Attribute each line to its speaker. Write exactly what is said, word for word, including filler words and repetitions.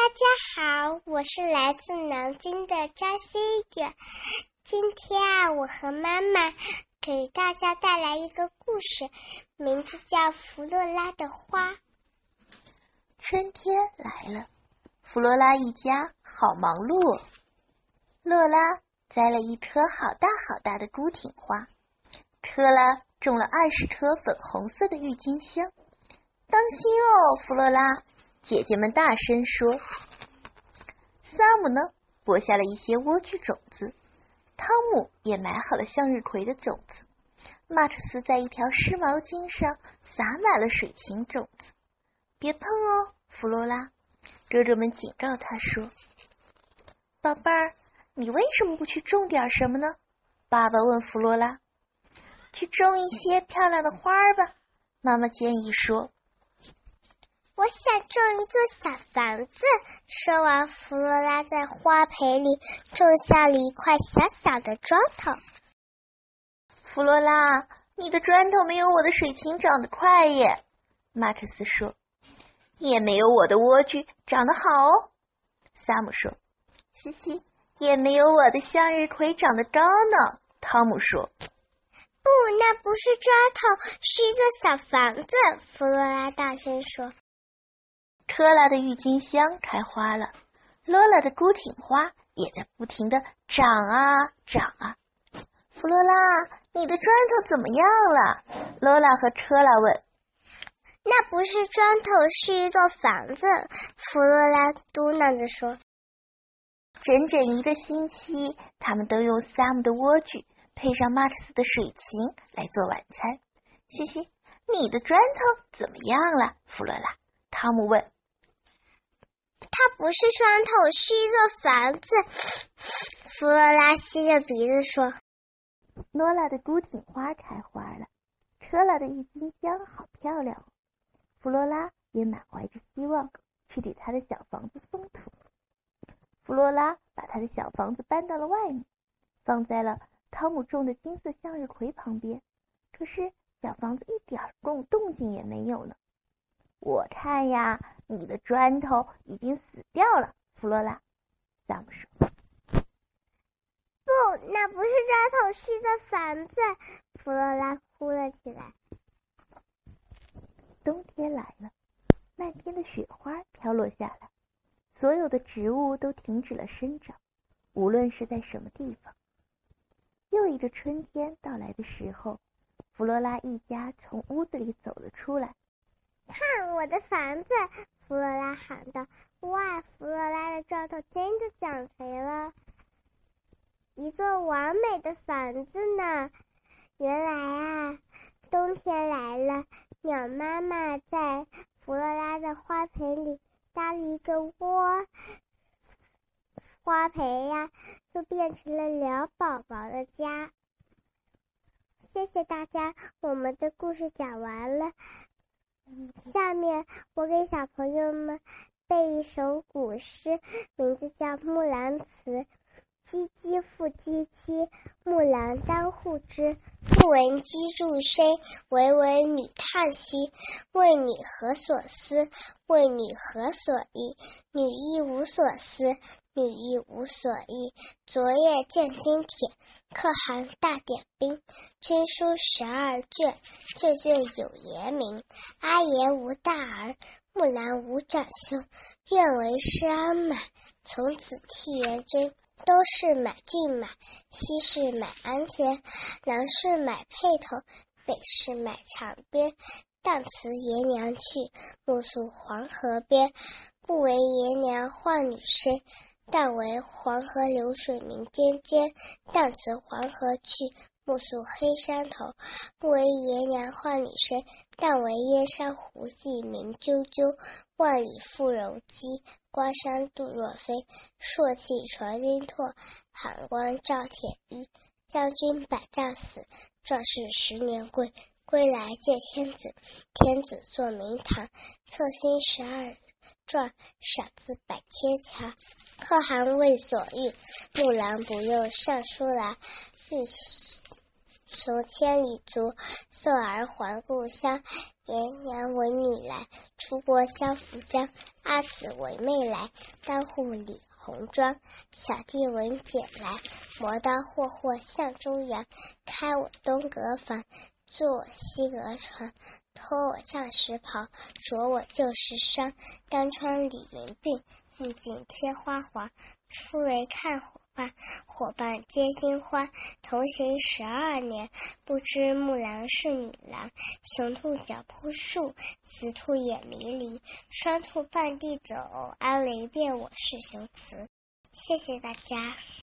Speaker 1: 家好，我是来自南京的张馨予。今天啊，我和妈妈给大家带来一个故事，名字叫《弗洛拉的花》。
Speaker 2: 春天来了，弗洛拉一家好忙碌。洛拉栽了一棵好大好大的孤挺花，科拉种了二十棵粉红色的郁金香。当心哦，弗洛拉！姐姐们大声说。萨姆呢，播下了一些莴苣种子，汤姆也埋好了向日葵的种子，马特斯在一条湿毛巾上撒满了水芹种子。别碰哦，弗洛拉！哥哥们警告他说。宝贝儿，你为什么不去种点什么呢？爸爸问弗洛拉。去种一些漂亮的花儿吧，妈妈建议说。
Speaker 1: 我想种一座小房子。说完，弗洛拉在花盆里种下了一块小小的砖头。
Speaker 2: 弗洛拉，你的砖头没有我的水芹长得快耶，马克思说。也没有我的莴苣长得好哦，萨姆说。嘻嘻，也没有我的向日葵长得高呢，汤姆说。
Speaker 1: 不，那不是砖头，是一座小房子，弗洛拉大声说。
Speaker 2: 科拉的郁金香开花了，罗拉的孤挺花也在不停地长啊长啊。弗洛拉，你的砖头怎么样了？罗拉和科拉问。
Speaker 1: 那不是砖头，是一座房子，弗洛拉嘟囔着说。
Speaker 2: 整整一个星期，他们都用萨姆的莴苣配上马克思的水芹来做晚餐。嘻嘻，你的砖头怎么样了？弗洛拉，汤姆问。
Speaker 1: 它不是砖头，是一座房子，弗洛拉吸着鼻子说。
Speaker 2: 罗拉的孤挺花开花了，科拉的郁金香好漂亮哦。弗洛拉也满怀着希望去给他的小房子松土。弗洛拉把他的小房子搬到了外面，放在了汤姆种的金色向日葵旁边。可是小房子一点动动静也没有呢。我看呀，你的砖头已经死掉了，弗洛拉，萨姆说。
Speaker 1: 不，那不是砖头，是一座房子，弗洛拉哭了起来。
Speaker 2: 冬天来了，漫天的雪花飘落下来，所有的植物都停止了生长，无论是在什么地方。又一个春天到来的时候，弗洛拉一家从屋子里走了出来。
Speaker 1: 看我的房子，弗洛拉喊道。哇，弗洛拉的砖头真的长肥了，一座完美的房子呢。原来啊，冬天来了，鸟妈妈在弗洛拉的花盆里搭了一个窝，花盆呀就变成了鸟宝宝的家。谢谢大家，我们的故事讲完了。下面我给小朋友们背一首古诗，名字叫《木兰辞》。唧唧复唧唧，木兰当户织。不闻机杼声，惟闻女叹息。问女何所思？问女何所忆？女亦无所思，女亦无所忆。昨夜见金帖，可汗大点兵。军书十二卷，卷卷有言明。阿爷无大儿，木兰无长兄。愿为师鞍马，从此替元贞。东市买骏马，西市买鞍鞯，南市买辔头，北市买长鞭。当辞爷娘去，暮宿黄河边。不为爷娘唤女声，但为黄河流水鸣溅溅。当辞黄河去，暮宿黑山头。不为爷娘唤女声，但为燕山胡骑鸣啾啾。万里赴戎机，关山度若飞。朔气传金柝，寒光照铁衣。将军百战死，壮士十年归。归来见天子，天子坐明堂。策勋十二状，赏赐百千强。可汗为所欲，木兰不用尚书来。欲穷千里足，送儿还故乡。爷娘闻女来，出郭相扶将。 阿姊为妹来，当户理红妆。小弟闻姐来，磨刀霍霍向中央。开我东阁房，坐我西阁床。脱我丈石袍，着我旧时裳。干窗理银鬓，目镜贴花黄。初为看伙伴，伙伴皆金花。同行十二年，不知木兰是女郎。雄兔脚扑树，雌兔眼迷离。双兔半地走，安雷辨我是雄雌。谢谢大家。